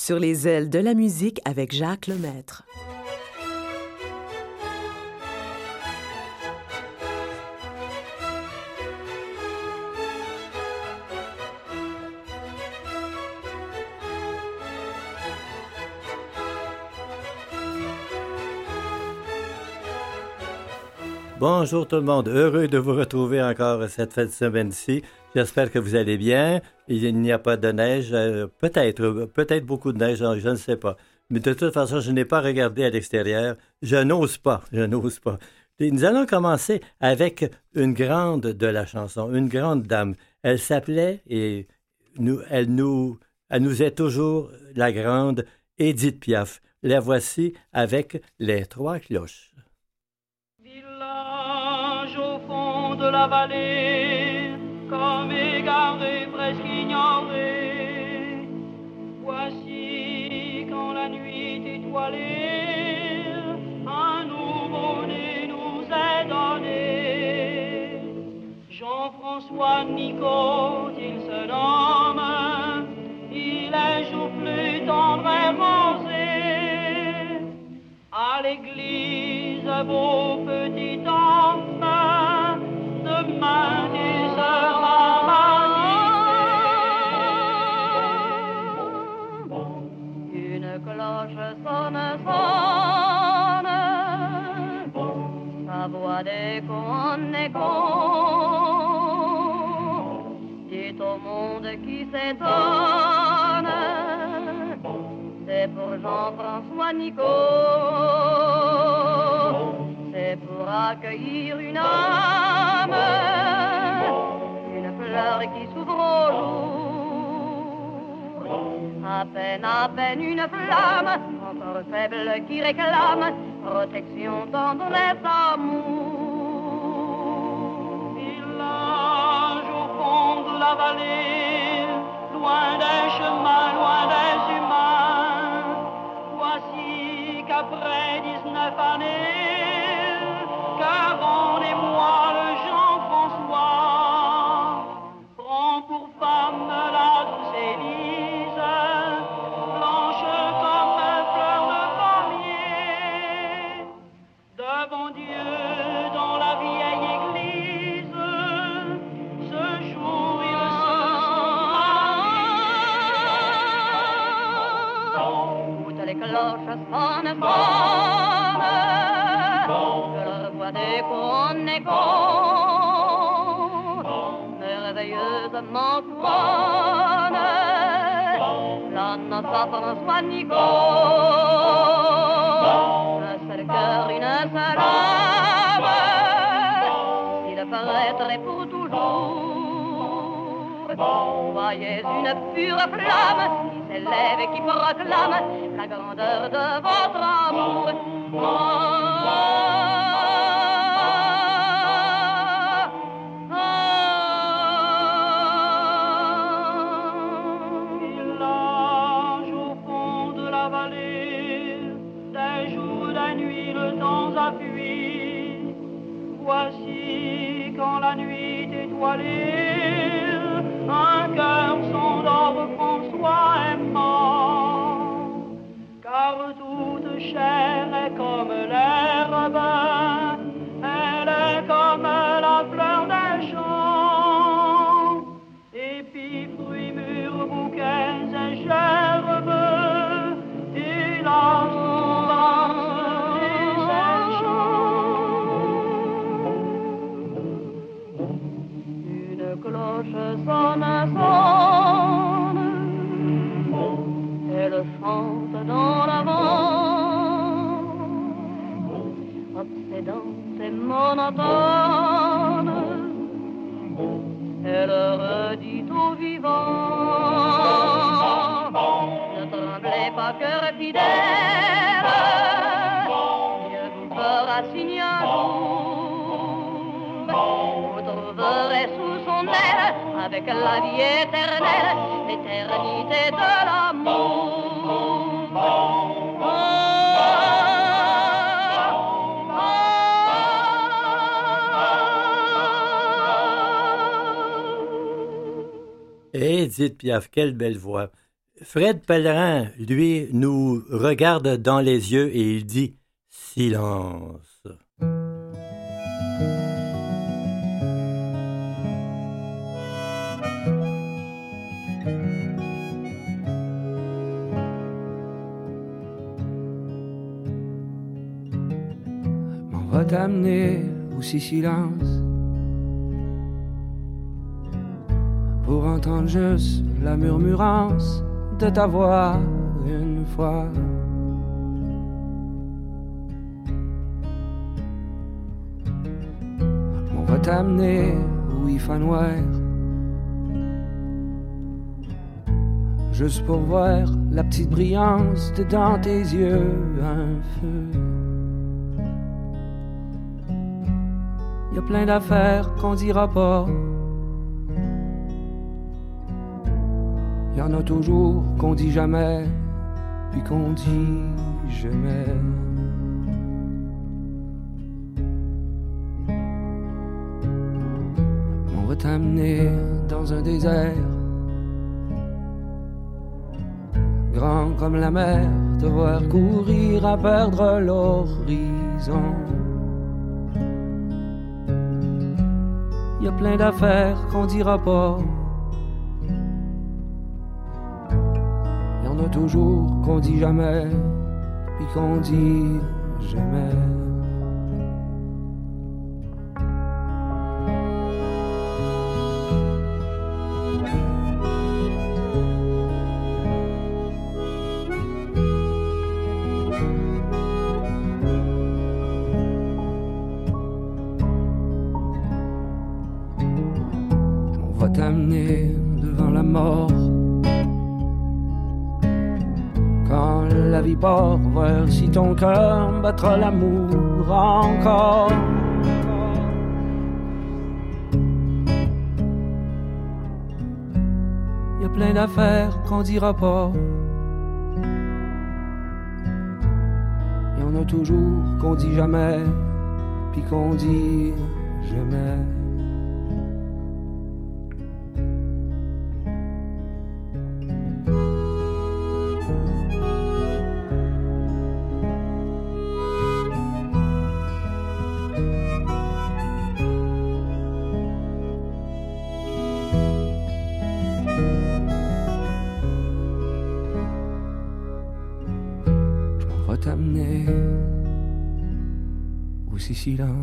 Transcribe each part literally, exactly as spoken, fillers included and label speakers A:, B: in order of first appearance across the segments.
A: Sur les ailes de la musique avec Jacques Lemaître.
B: Bonjour tout le monde, heureux de vous retrouver encore cette fin de semaine-ci. J'espère que vous allez bien. Il n'y a pas de neige, euh, peut-être, peut-être beaucoup de neige, je ne sais pas. Mais de toute façon, je n'ai pas regardé à l'extérieur. Je n'ose pas, je n'ose pas. Et nous allons commencer avec une grande de la chanson, une grande dame. Elle s'appelait, et nous, elle, nous, elle nous est toujours la grande Édith Piaf. La voici avec Les Trois Cloches.
C: De la vallée, comme égaré, presque ignoré. Voici quand la nuit étoilée, un nouveau-né nous est donné. Jean-François Nicot, il se nomme, il est joufflu, tendre et rosé. À l'église, beau petit homme, demain tu seras baptisé. Une cloche sonne, sonne, sa voix d'écho en écho, dit au monde qui s'étonne, c'est pour Jean-François Nicot, c'est pour accueillir une âme, une fleur qui s'ouvre au jour, à peine, à peine une flamme, encore faible qui réclame protection, tendresse, amour. Village au fond de la vallée, loin des chemins, loin des humains, voici qu'après dix-neuf années, Caron et moi, le Jean-François, prend pour femme la douce Élise, blanche comme fleur de pommier, devant Dieu dans la vieille église, ce jour il se sera. Toutes les cloches sonnent, sonnent, d'écho en écho, merveilleusement couronne la noce à François Nicot. Un seul cœur, une seule âme, s'il paraîtrait pour toujours, voyez une pure flamme qui s'élève et qui proclame la grandeur de votre amour. Oh, voici quand la nuit étoilée, un cœur s'endort, François aimant, car toute chair est comme l'herbe, elle est comme la fleur des champs, épis, fruits, mûrs, bouquets et gerbes, il a cloche sonne, sonne, elle chante dans l'avant, obsédante et monotone, elle redit aux vivants, ne tremblez pas, cœur fidèle, Dieu vous fera signe un jour, vous trouverez sous son aile, avec la vie éternelle, l'éternité de l'amour. Oh, oh,
B: oh. Édith Piaf, quelle belle voix. Fred Pellerin, lui, nous regarde dans les yeux et il dit « Silence ».
D: M'en va t'amener aussi silence pour entendre juste la murmurance de ta voix une fois. On va t'amener où il fait noir, juste pour voir la petite brillance de dans tes yeux, un feu. Y a plein d'affaires qu'on dira pas. Y'en a toujours qu'on dit jamais, puis qu'on dit jamais. On va t'amener dans un désert, grand comme la mer, te voir courir à perdre l'horizon. Y a plein d'affaires qu'on dira pas. Y'en a toujours qu'on dit jamais, puis qu'on dit jamais. On va t'amener devant la mort. Quand la vie part, voir si ton cœur battra l'amour encore. Y a plein d'affaires qu'on dira pas. Y'en a toujours qu'on dit jamais, puis qu'on dit jamais. T'amener aussi silence.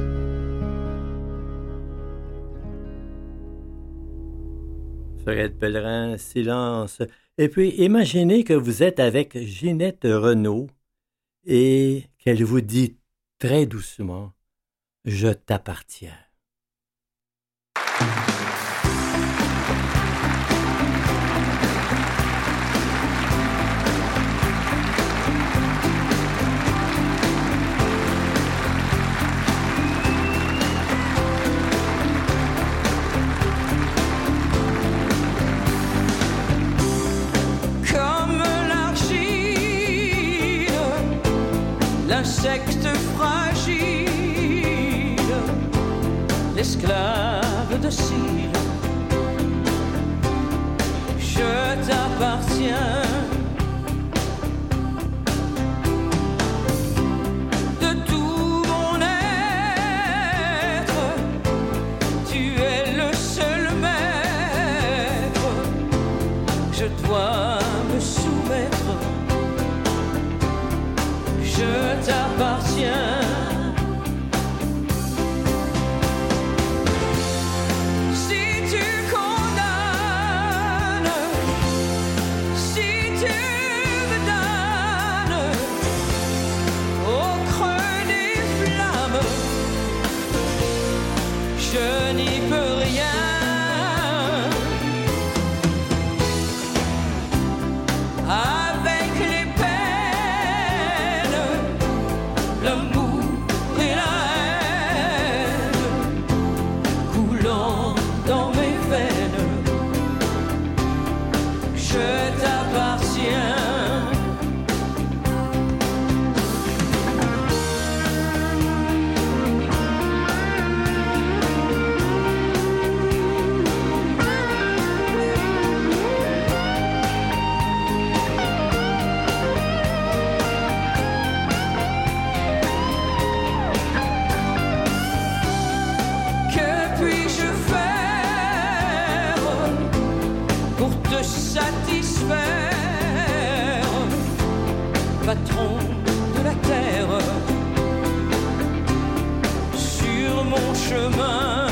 B: Fred Pellerin, silence. Et puis, imaginez que vous êtes avec Ginette Renault et qu'elle vous dit très doucement « Je t'appartiens ».
E: Insecte fragile, l'esclave docile, je t'appartiens. De tout mon être, tu es le seul maître, je dois me soumettre. Je t'appartiens. Si tu condamnes, si tu me donnes au creux des flammes, je n'y peux rien. Avec les peines, l'amour patron de la terre. Sur mon chemin,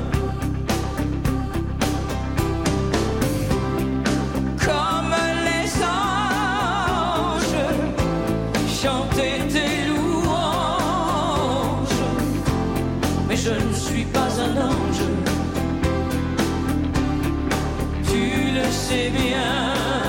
E: comme les anges, chanter tes louanges. Mais je ne suis pas un ange, tu le sais bien.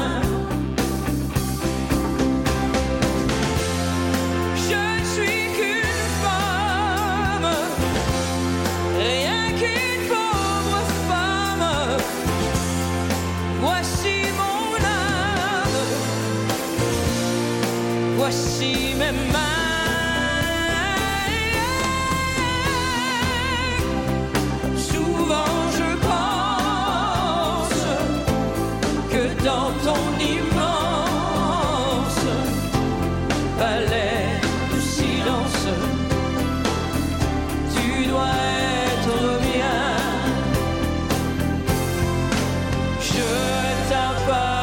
E: Voici mes mains. Souvent je pense que dans ton immense palais de silence, tu dois être bien. Je t'appartiens.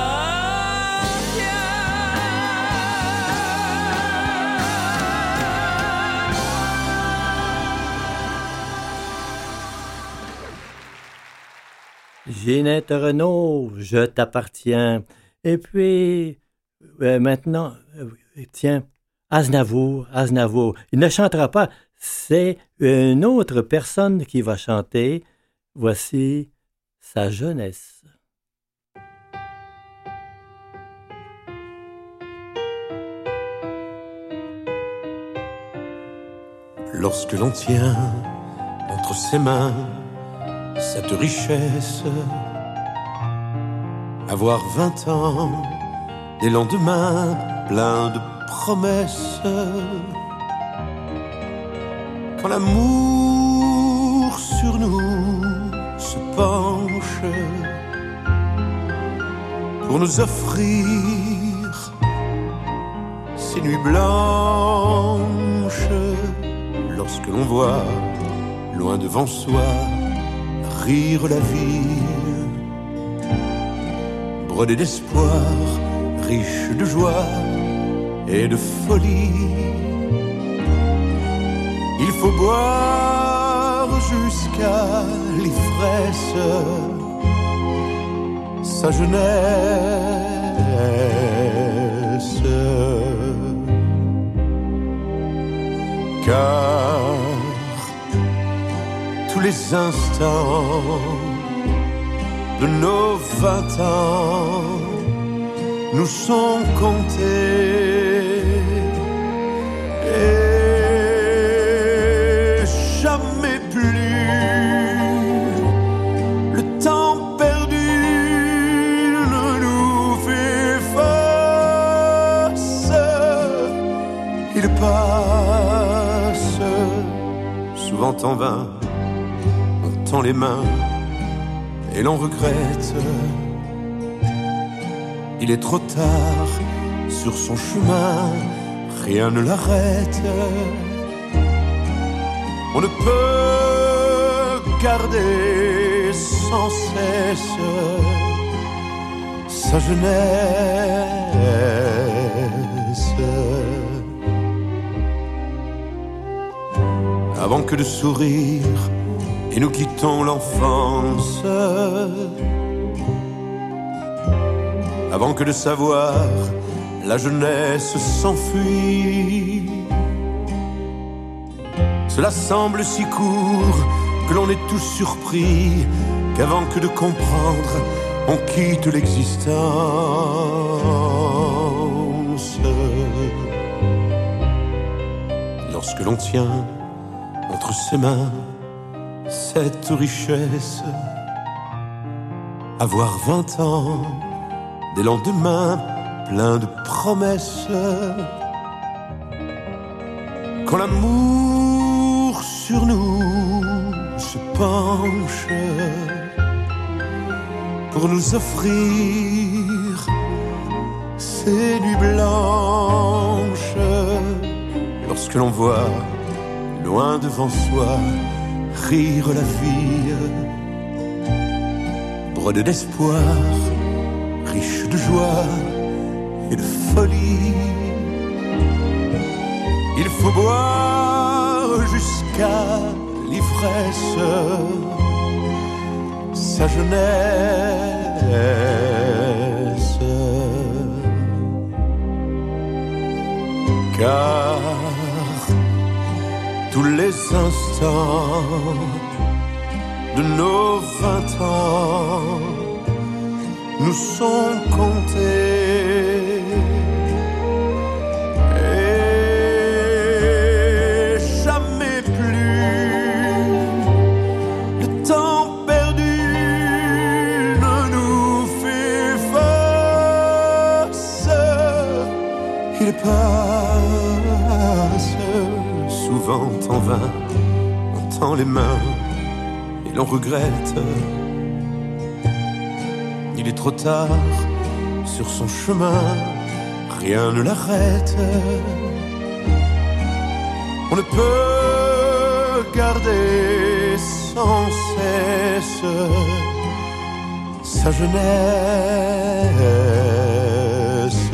B: Ginette Renault, je t'appartiens. Et puis, euh, maintenant, euh, tiens, Aznavour, Aznavour, il ne chantera pas, c'est une autre personne qui va chanter. Voici sa jeunesse.
F: Lorsque l'on tient entre ses mains cette richesse, avoir vingt ans, des lendemains pleins de promesses, quand l'amour sur nous se penche pour nous offrir ces nuits blanches, lorsque l'on voit loin devant soi rire la vie, brodée d'espoir, riche de joie et de folie. Il faut boire jusqu'à l'ivresse sa jeunesse, car tous les instants de nos vingt ans nous sont comptés, et jamais plus le temps perdu ne nous fait face. Il passe souvent en vain, on tend les mains et l'on regrette. Il est trop tard, sur son chemin, rien ne l'arrête. On ne peut garder sans cesse sa jeunesse. Avant que de sourire et nous quittons l'enfance, avant que de savoir la jeunesse s'enfuit. Cela semble si court que l'on est tous surpris, qu'avant que de comprendre, on quitte l'existence. Lorsque l'on tient entre ses mains cette richesse, avoir vingt ans, des lendemains pleins de promesses, quand l'amour sur nous se penche pour nous offrir ces nuits blanches, lorsque l'on voit loin devant soi rire la vie, brodée d'espoir, riche de joie et de folie. faut boire jusqu'à l'ivresse sa jeunesse, car tous les instants de nos vingt ans nous sont comptés. Et jamais plus le temps perdu ne nous fait face. Il passe souvent en vain, on tend les mains et l'on regrette. Il est trop tard sur son chemin, rien ne l'arrête. On ne peut garder sans cesse sa jeunesse.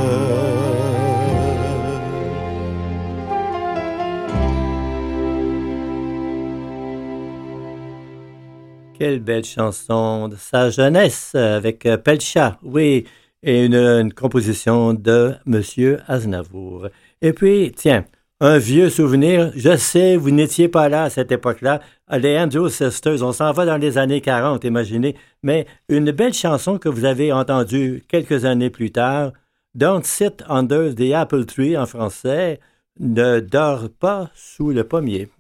B: Quelle belle chanson de sa jeunesse avec Pelcha, oui, et une, une composition de Monsieur Aznavour. Et puis, tiens, un vieux souvenir, je sais, vous n'étiez pas là à cette époque-là, les Andrews Sisters, on s'en va dans les années quarante, imaginez, mais une belle chanson que vous avez entendue quelques années plus tard, Don't Sit Under the Apple Tree en français, ne dors pas sous le pommier.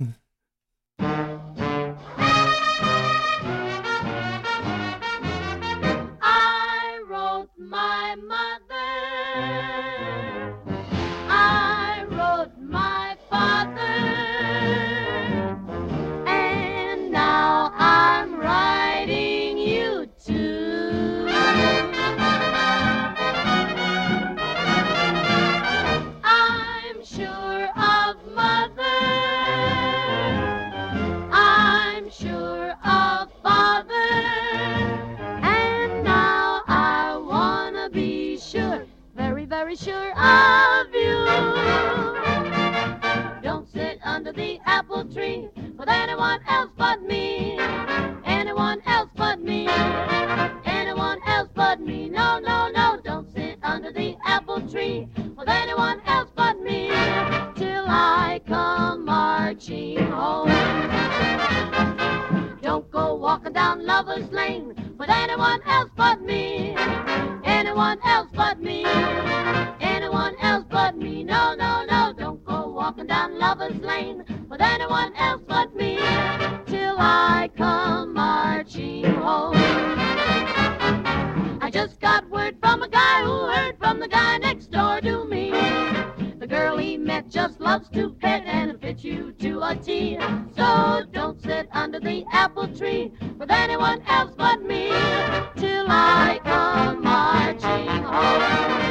C: Sure of you. Don't sit under the apple tree with anyone else but me. Anyone else but me. Anyone else but me. No, no, no. Don't sit under the apple tree with anyone else but me till I come marching home. Don't go walking down Lover's Lane with anyone else but me. Anyone else but me. Anyone else but me. No, no, no. Don't go walking down Lover's Lane with anyone else but me till I come marching home. I just got word from a guy who heard from the guy next door to me. The girl he met just loves to pet and fit you to a T. So don't sit under the apple tree with anyone else but me till I come marching home.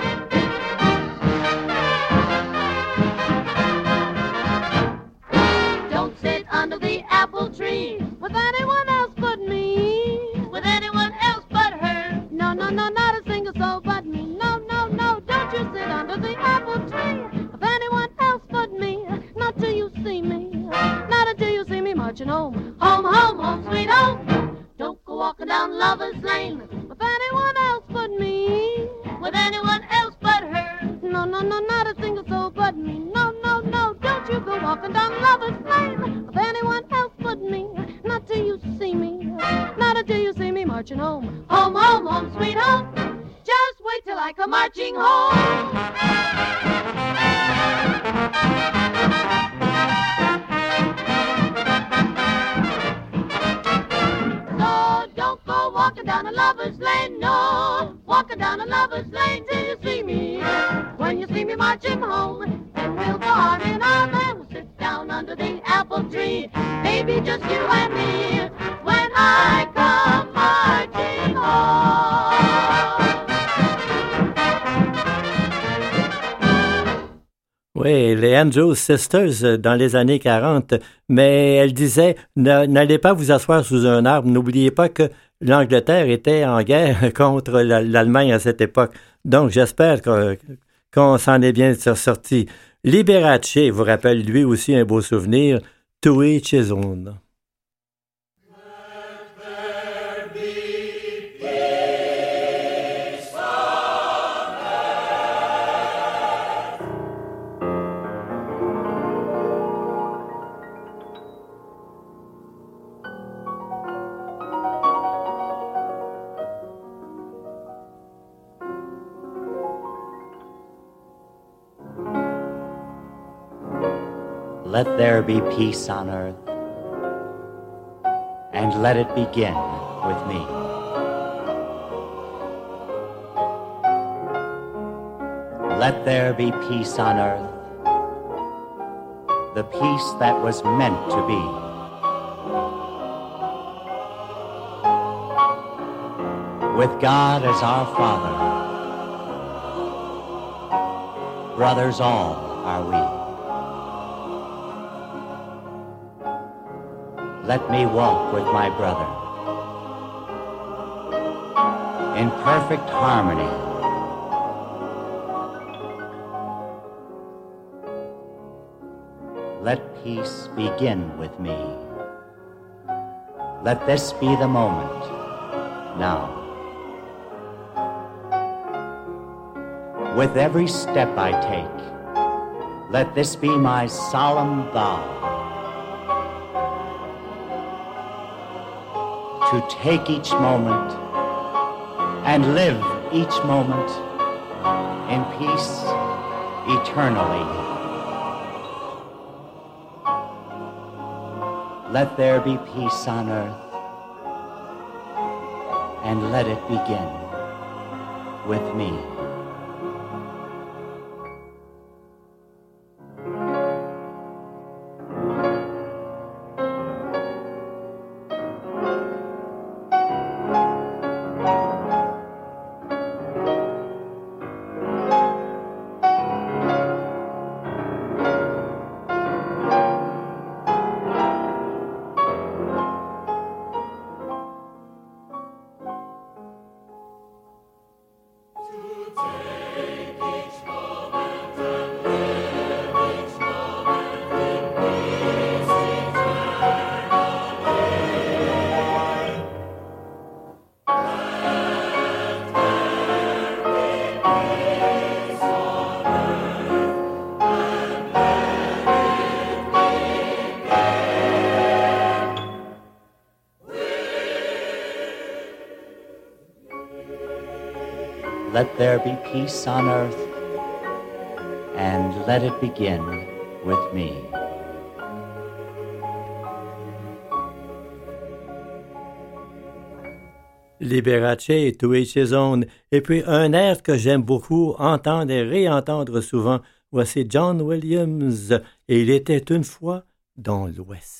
C: Don't sit under the apple tree with anyone else but me. With anyone else but her. No, no, no, not a single soul but me. No, no, no, don't you sit under the apple tree with anyone else but me. Not till you see me. Not until you see me marching home. Home, home, home, sweet home. Don't go walking down Lover's Lane with anyone else but me. With anyone else but her. No, no, no, not a single soul but me. No, no, no, don't you go walking down Lover's Lane with anyone else but me. Not till you see me. Not until you see me marching home. Home, home, home, sweet home. Just wait till I come marching home. Walking down a Lover's Lane, no. Walking down a Lover's Lane till you see me. When you see me marching home, then we'll go arm in arm and we'll sit down under the apple tree. Baby, just you and me. When I come marching home.
B: Oui, les Andrews Sisters dans les années quarante, mais elle disait, n'allez pas vous asseoir sous un arbre, n'oubliez pas que l'Angleterre était en guerre contre l'Allemagne à cette époque. Donc, j'espère qu'on, qu'on s'en est bien sorti. Liberace vous rappelle lui aussi un beau souvenir, To Each His Own.
G: Let there be peace on earth, and let it begin with me. Let there be peace on earth, the peace that was meant to be. With God as our Father, brothers all are we. Let me walk with my brother in perfect harmony. Let peace begin with me. Let this be the moment now. With every step I take, let this be my solemn vow. To take each moment and live each moment in peace eternally. Let there be peace on earth, and let it begin with me. Let there be peace on earth, and let it begin with me.
B: Liberace et To Each His Own. Et puis un air que j'aime beaucoup entendre et réentendre souvent, voici John Williams, et il était une fois dans l'Ouest.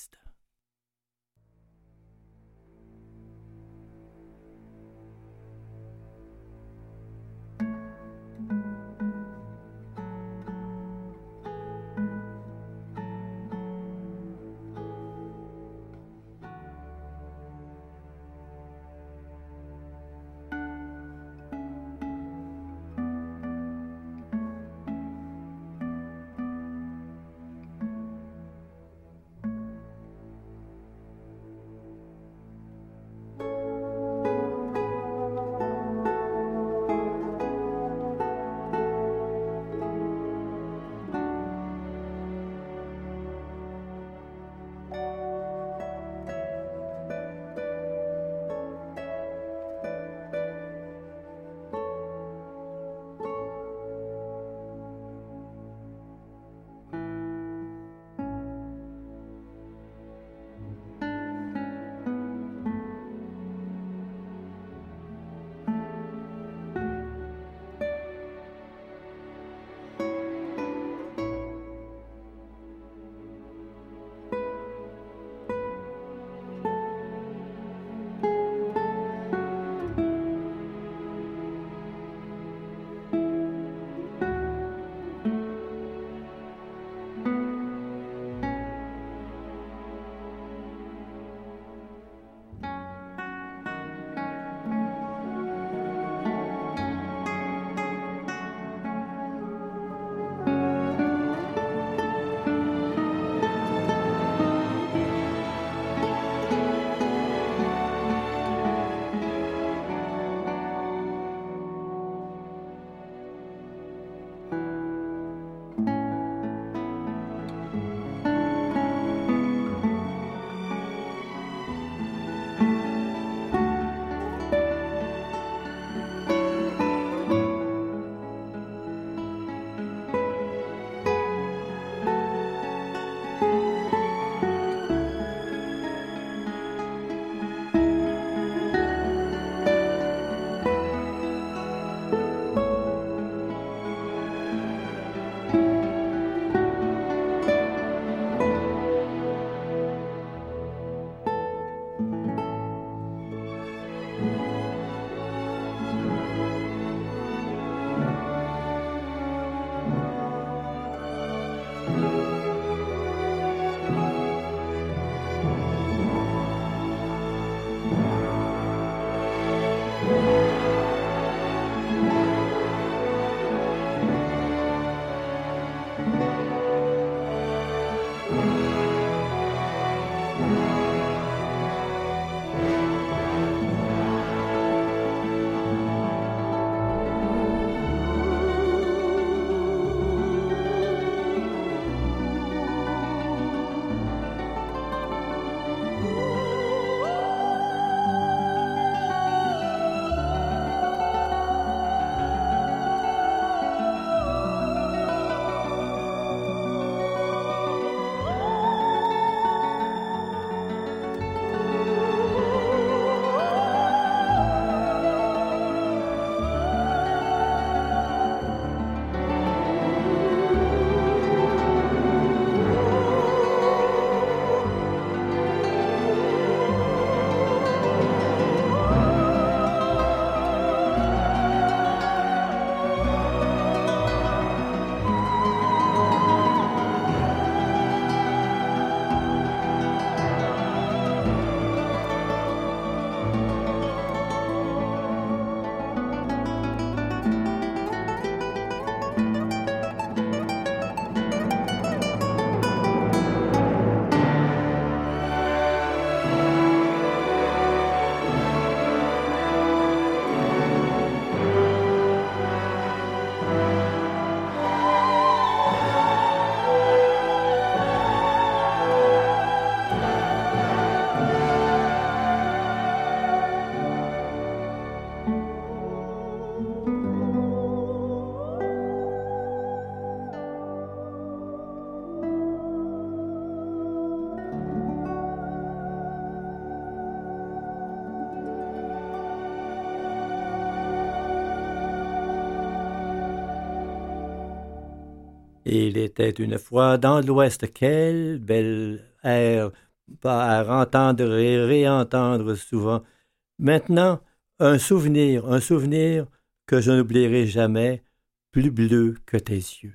B: Et il était une fois dans l'Ouest, quel bel air à entendre et réentendre souvent. Maintenant, un souvenir, un souvenir que je n'oublierai jamais, plus bleu que tes yeux.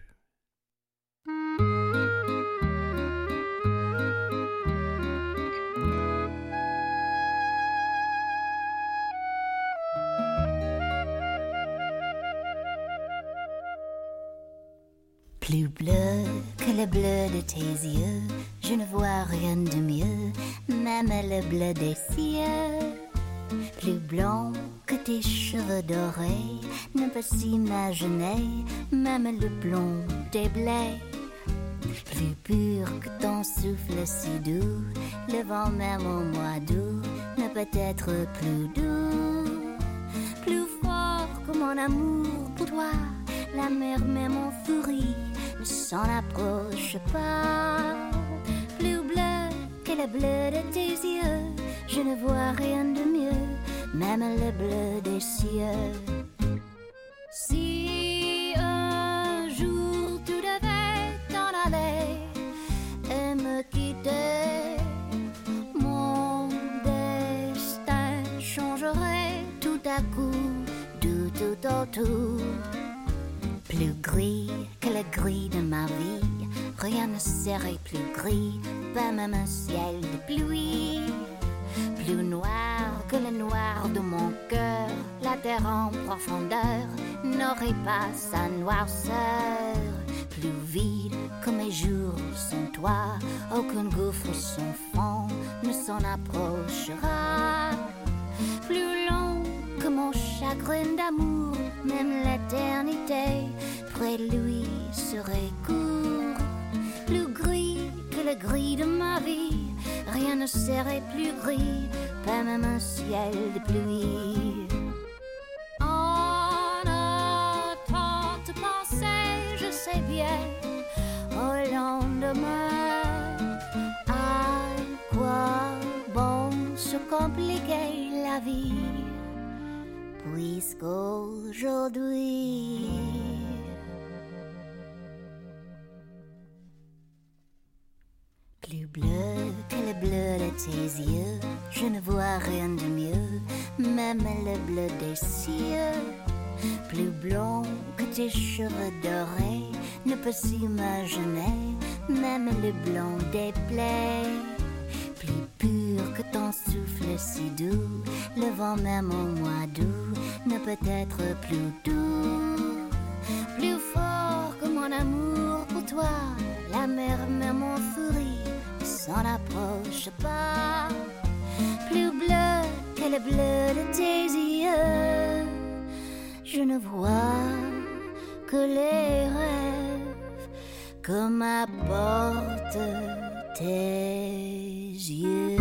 H: Plus bleu que le bleu de tes yeux, je ne vois rien de mieux, même le bleu des cieux. Plus blond que tes cheveux dorés, ne peut s'imaginer, même le blond des blés. Plus pur que ton souffle si doux, le vent même au mois d'août ne peut être plus doux. Plus fort que mon amour pour toi, la mer même en furie ne s'en approche pas. Plus bleu que le bleu de tes yeux, je ne vois rien de mieux, même le bleu des cieux. Si un jour tu devais t'en aller et me quitter, mon destin changerait tout à coup, du tout au tout. Plus gris que le gris de ma vie, rien ne serait plus gris, pas même un ciel de pluie. Plus noir que le noir de mon cœur, la terre en profondeur n'aurait pas sa noirceur. Plus vide que mes jours sans toi, aucun gouffre sans fond ne s'en approchera. Plus long que mon chagrin d'amour, même l'éternité près de lui serait court. Plus gris que le gris de ma vie, rien ne serait plus gris, pas même un ciel de pluie. En attendant de penser, je sais bien, au lendemain, à quoi bon se compliquer la vie, puisqu'aujourd'hui plus bleu que le bleu de tes yeux, je ne vois rien de mieux, même le bleu des cieux. Plus blond que tes cheveux dorés, ne peut s'imaginer, même le blond des plaies. Plus pur que ton souffle si doux, le vent même au mois d'août ne peut être plus doux. Plus fort que mon amour pour toi, la mer même en furie s'en approche pas. Plus bleu que le bleu de tes yeux, je ne vois que les rêves que m'apportent tes yeux.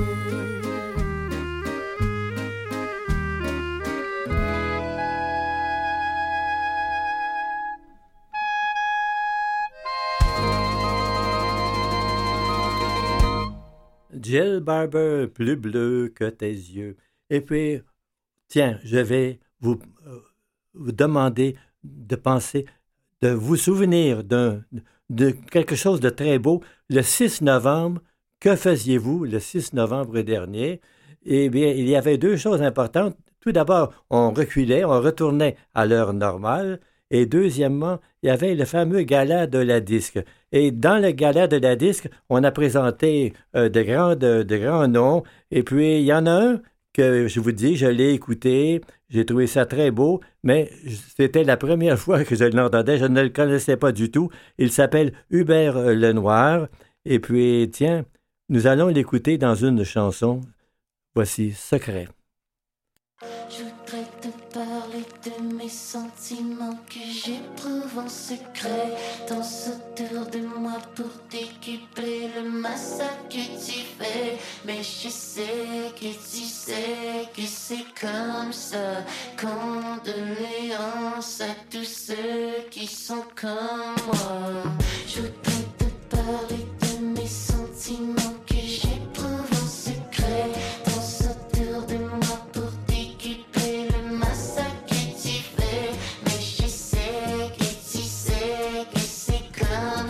B: Jill Barber, plus bleu que tes yeux. Et puis, tiens, je vais vous, euh, vous demander de penser, de vous souvenir d'un, de quelque chose de très beau. Le six novembre, que faisiez-vous le six novembre dernier? Eh bien, il y avait deux choses importantes. Tout d'abord, on reculait, on retournait à l'heure normale. Et deuxièmement, il y avait le fameux gala de la disque. Et dans le gala de la disque, on a présenté euh, de, grands, de, de grands noms. Et puis, il y en a un que, je vous dis, je l'ai écouté. J'ai trouvé ça très beau, mais c'était la première fois que je l'entendais. Je ne le connaissais pas du tout. Il s'appelle Hubert Lenoir. Et puis, tiens, nous allons l'écouter dans une chanson. Voici Secret.
E: Je voudrais te parler de mes sentiments que j'éprouve en secret. Danse autour de moi pour décupler le massacre que tu fais. Mais je sais que tu sais que c'est comme ça. Condoléances à tous ceux qui sont comme moi. Je voudrais te parler de mes sentiments que j'éprouve en secret. Danse autour de moi pour décupler le massacre que tu fais. Mais je sais que tu sais que c'est comme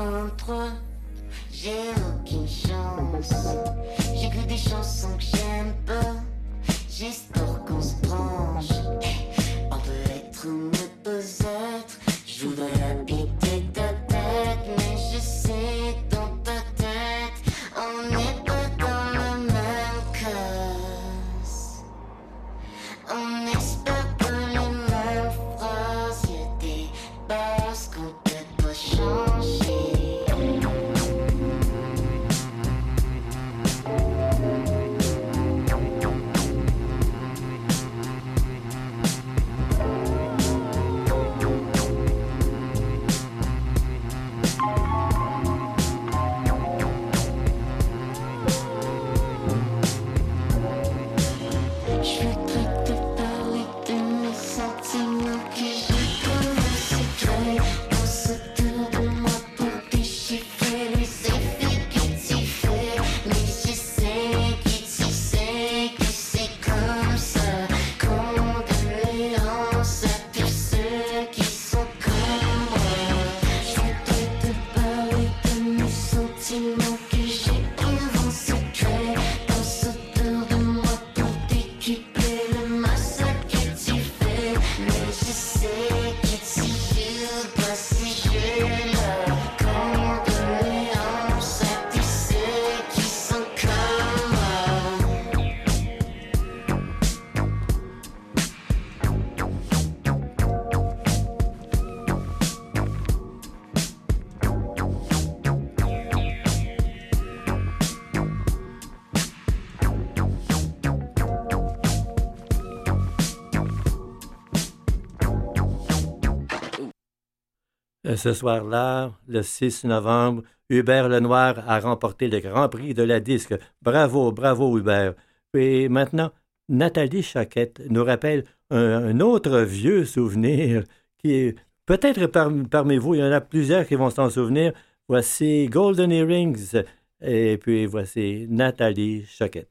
E: trente-trois, j'ai aucune chance. J'écris des chansons que j'aime pas, j'espère qu'on se branche. On peut être ou ne pas être, je voudrais habiter ta tête, mais je sais que dans ta tête, on n'est pas dans la même case. On n'espère pas les mêmes phrases, y'a des bases qu'on peut pas changer.
B: Ce soir-là, le six novembre, Hubert Lenoir a remporté le Grand Prix de la disque. Bravo, bravo Hubert. Et maintenant, Nathalie Choquette nous rappelle un, un autre vieux souvenir qui est peut-être par, parmi vous, il y en a plusieurs qui vont s'en souvenir. Voici Golden Earrings et puis voici Nathalie Choquette.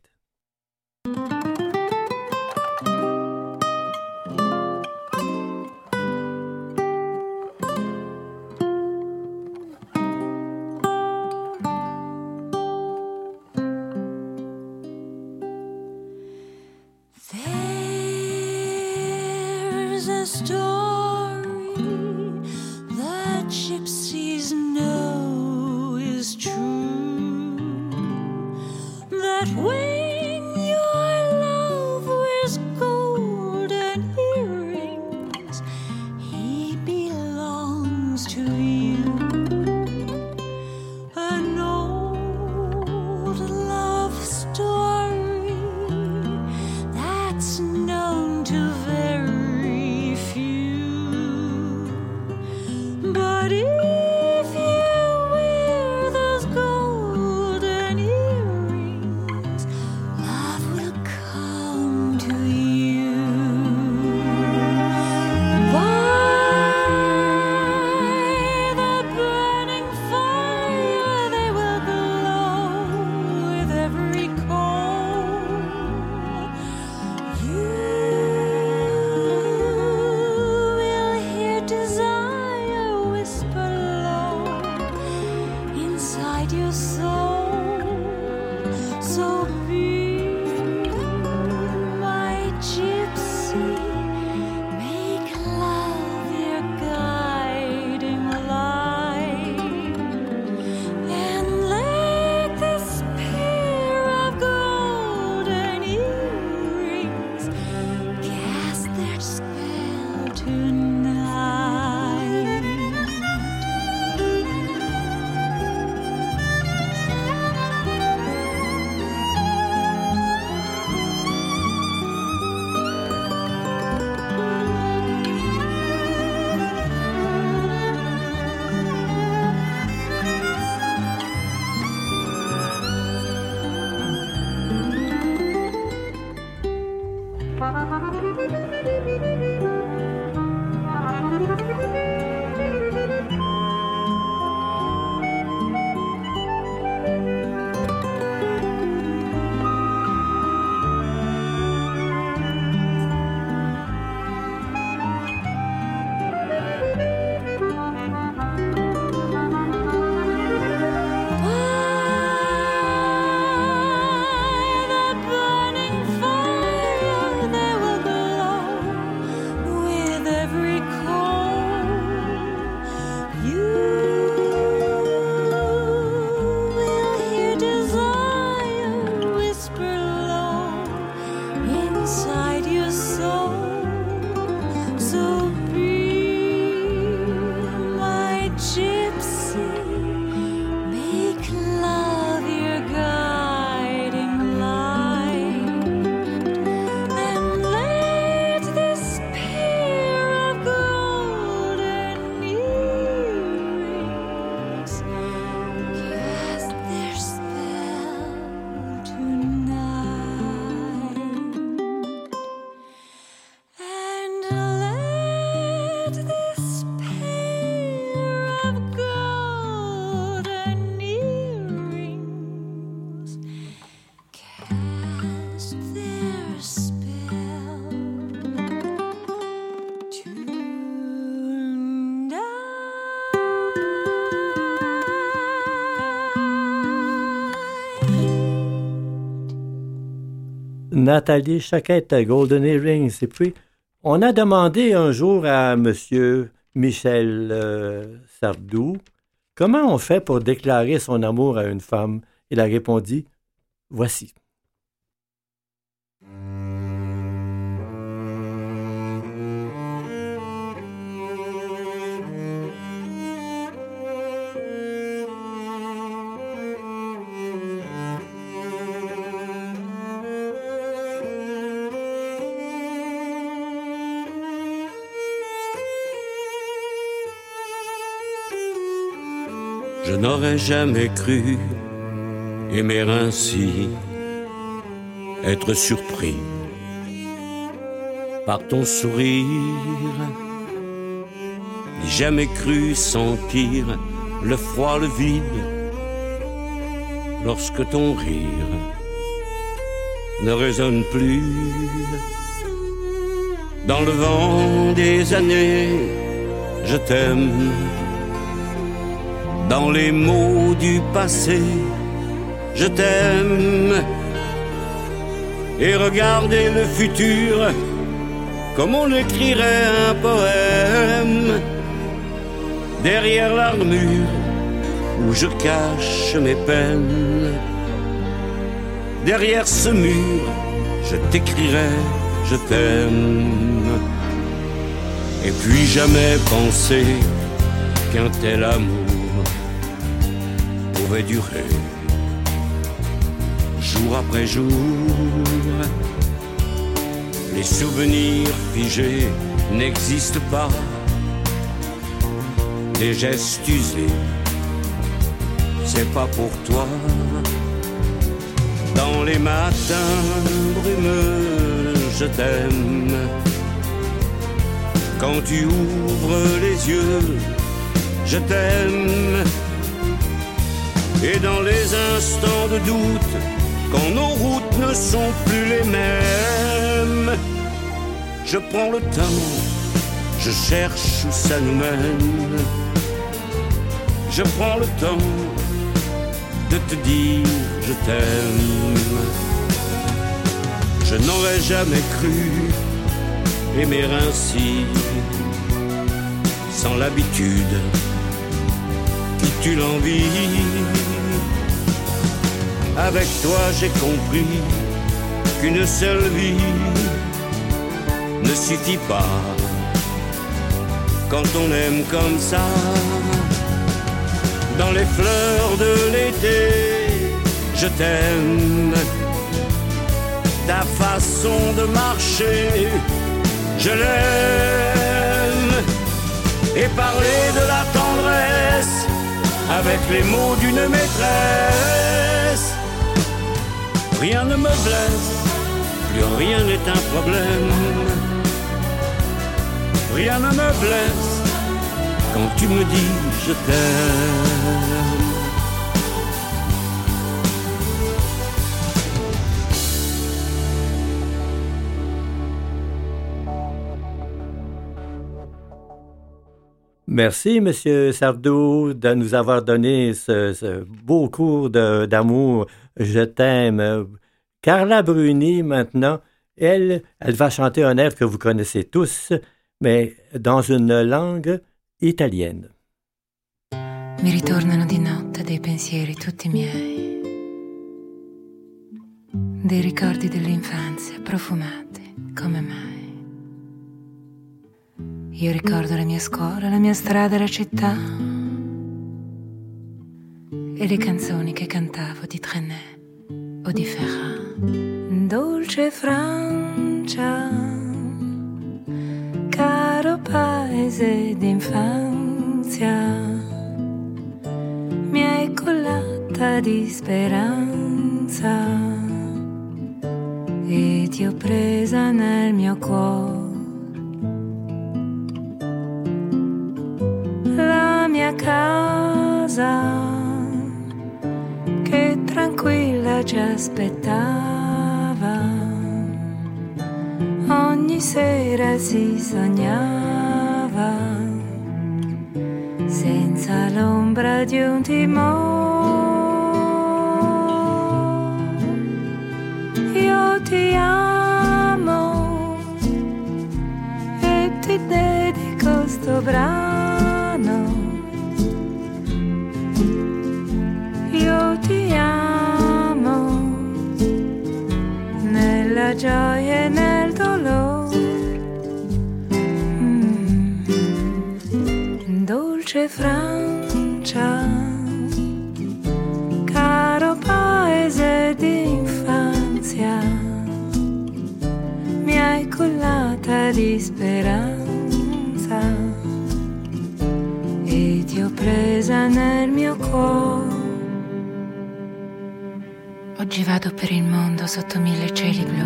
B: Nathalie Choquette, Golden Earrings. Et puis, on a demandé un jour à M. Michel euh, Sardou comment on fait pour déclarer son amour à une femme. Il a répondu, voici.
I: Je n'aurais jamais cru aimer ainsi, être surpris par ton sourire. Ni jamais cru sentir le froid, le vide, lorsque ton rire ne résonne plus. Dans le vent des années, je t'aime. Dans les mots du passé, je t'aime. Et regarder le futur comme on écrirait un poème. Derrière l'armure où je cache mes peines, derrière ce mur, je t'écrirai je t'aime. Et puis jamais penser qu'un tel amour pouvait durer jour après jour. Les souvenirs figés n'existent pas, des gestes usés, c'est pas pour toi. Dans les matins brumeux, je t'aime. Quand tu ouvres les yeux, je t'aime. Et dans les instants de doute, quand nos routes ne sont plus les mêmes, je prends le temps, je cherche où ça nous mène. Je prends le temps de te dire je t'aime. Je n'aurais jamais cru aimer ainsi, sans l'habitude qui tue l'envie. Avec toi j'ai compris qu'une seule vie ne suffit pas quand on aime comme ça. Dans les fleurs de l'été, je t'aime. Ta façon de marcher, je l'aime. Et parler de la tendresse avec les mots d'une maîtresse. Rien ne me blesse, plus rien n'est un problème. Rien ne me blesse quand tu me dis je t'aime.
B: Merci, M. Sardou, de nous avoir donné ce, ce beau cours de, d'amour. Je t'aime. Carla Bruni, maintenant, elle, elle va chanter un air que vous connaissez tous, mais dans une langue italienne.
J: Mi ritornano di notte dei pensieri tutti miei, dei ricordi dell'infanzia profumati come mai. Io ricordo la mia scuola, la mia strada e la città, e le canzoni che cantavo di Trenet o di Ferrat. Dolce Francia, caro paese d'infanzia, mi hai collata di speranza e ti ho presa nel mio cuore. La mia casa che tranquilla ci aspettava, ogni sera si sognava senza l'ombra di un timore. Io ti amo brano. Io ti amo nella gioia e nel dolore. Mm. Dolce Francia, caro paese d'infanzia, mi hai cullata di speranza e ti ho presa nel mio cuore. Oggi vado per il mondo sotto mille cieli blu.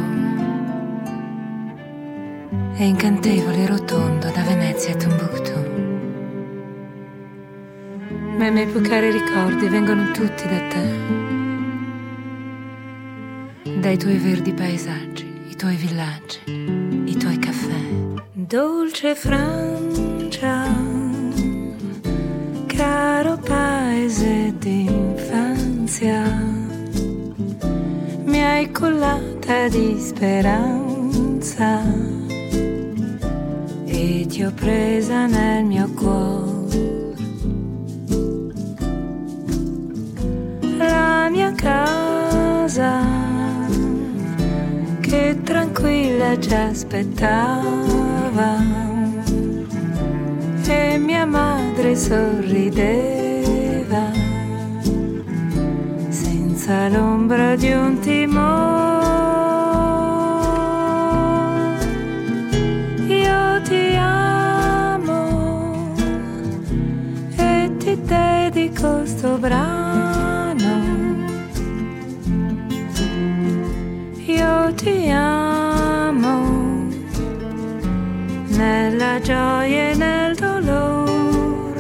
J: È incantevole e rotondo da Venezia a Timbuktu. Ma i miei più cari ricordi vengono tutti da te, dai tuoi verdi paesaggi, i tuoi villaggi, i tuoi caffè. Dolce Francia, caro paese d'infanzia, mi hai cullata di speranza e ti ho presa nel mio cuore. La mia casa che tranquilla ci aspettava e mia madre sorrideva senza l'ombra di un timore. Io ti amo e ti dedico sto brano. Io ti amo nella gioia e nel dolore.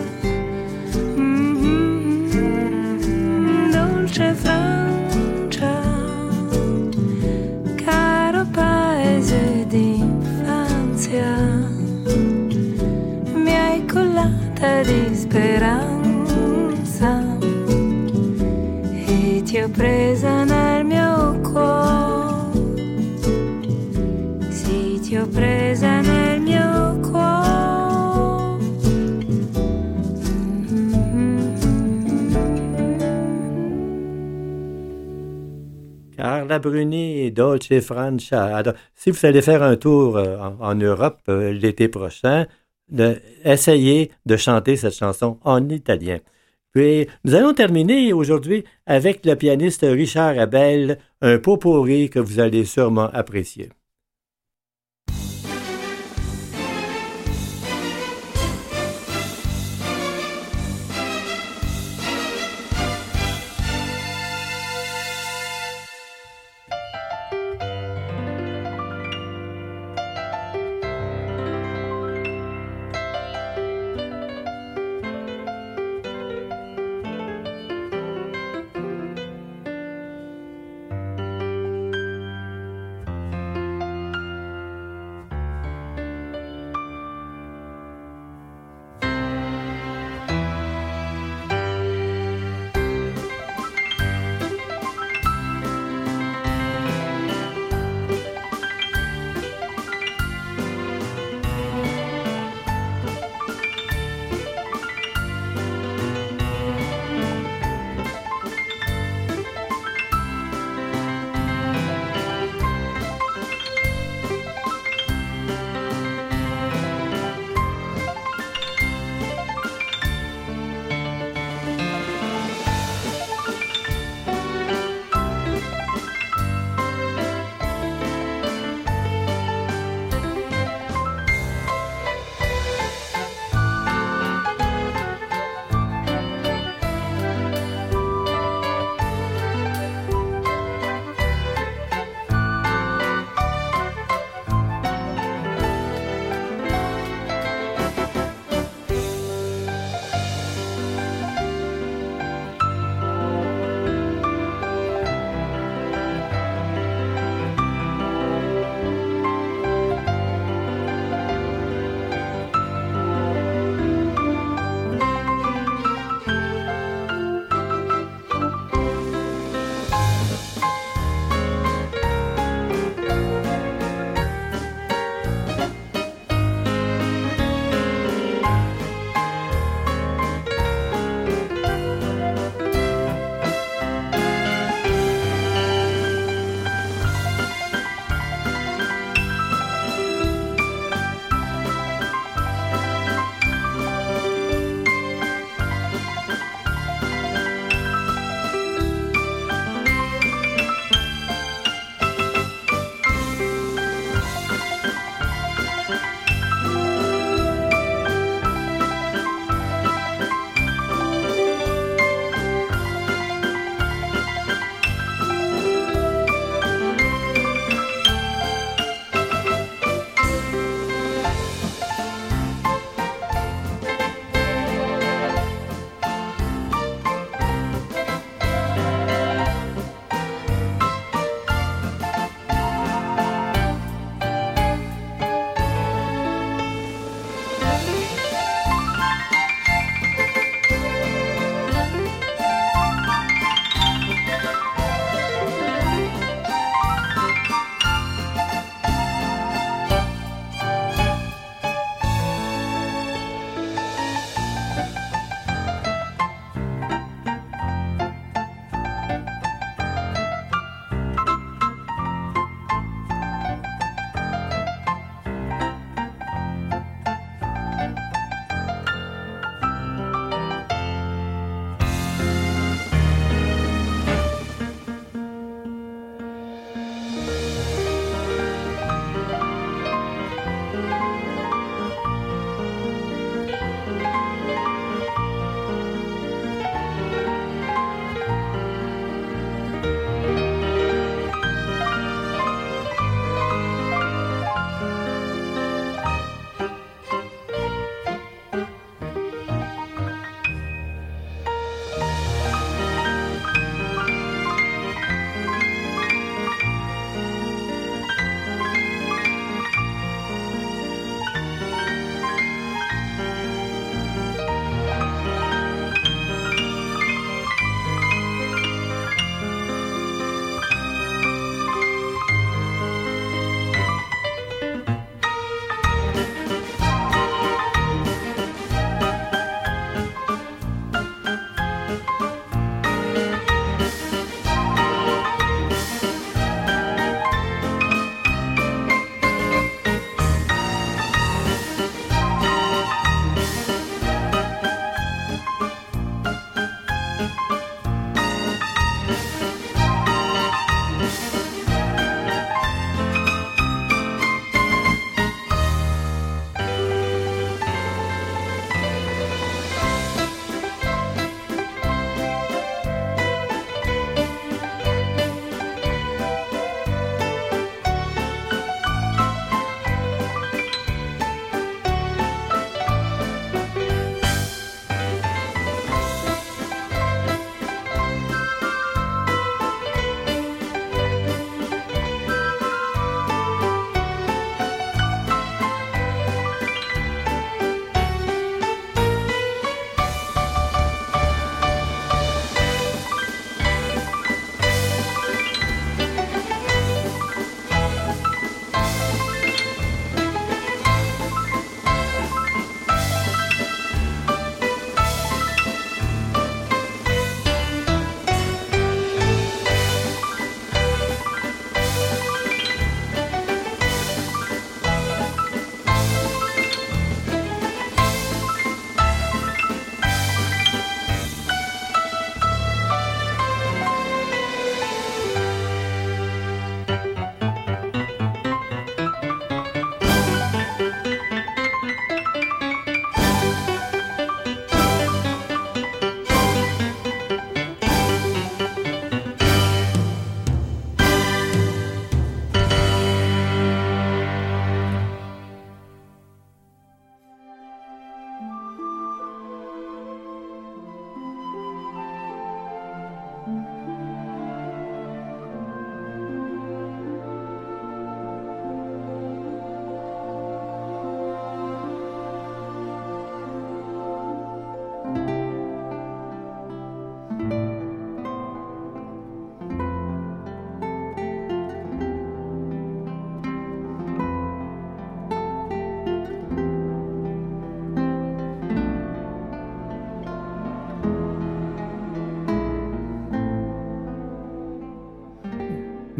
J: Mm-hmm. Dolce Francia, caro paese d'infanzia, mi hai cullata di speranza e ti ho presa nel mio cuore. Sì, ti ho presa nel mio cuore.
B: Carla Bruni et Dolce Francia. Alors, si vous allez faire un tour euh, en, en Europe euh, l'été prochain, de, essayez de chanter cette chanson en italien. Puis, nous allons terminer aujourd'hui avec le pianiste Richard Abel, un pot-pourri que vous allez sûrement apprécier.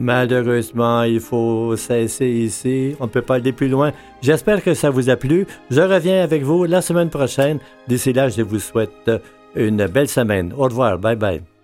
B: Malheureusement, il faut cesser ici. On ne peut pas aller plus loin. J'espère que ça vous a plu. Je reviens avec vous la semaine prochaine. D'ici là, je vous souhaite une belle semaine. Au revoir. Bye bye.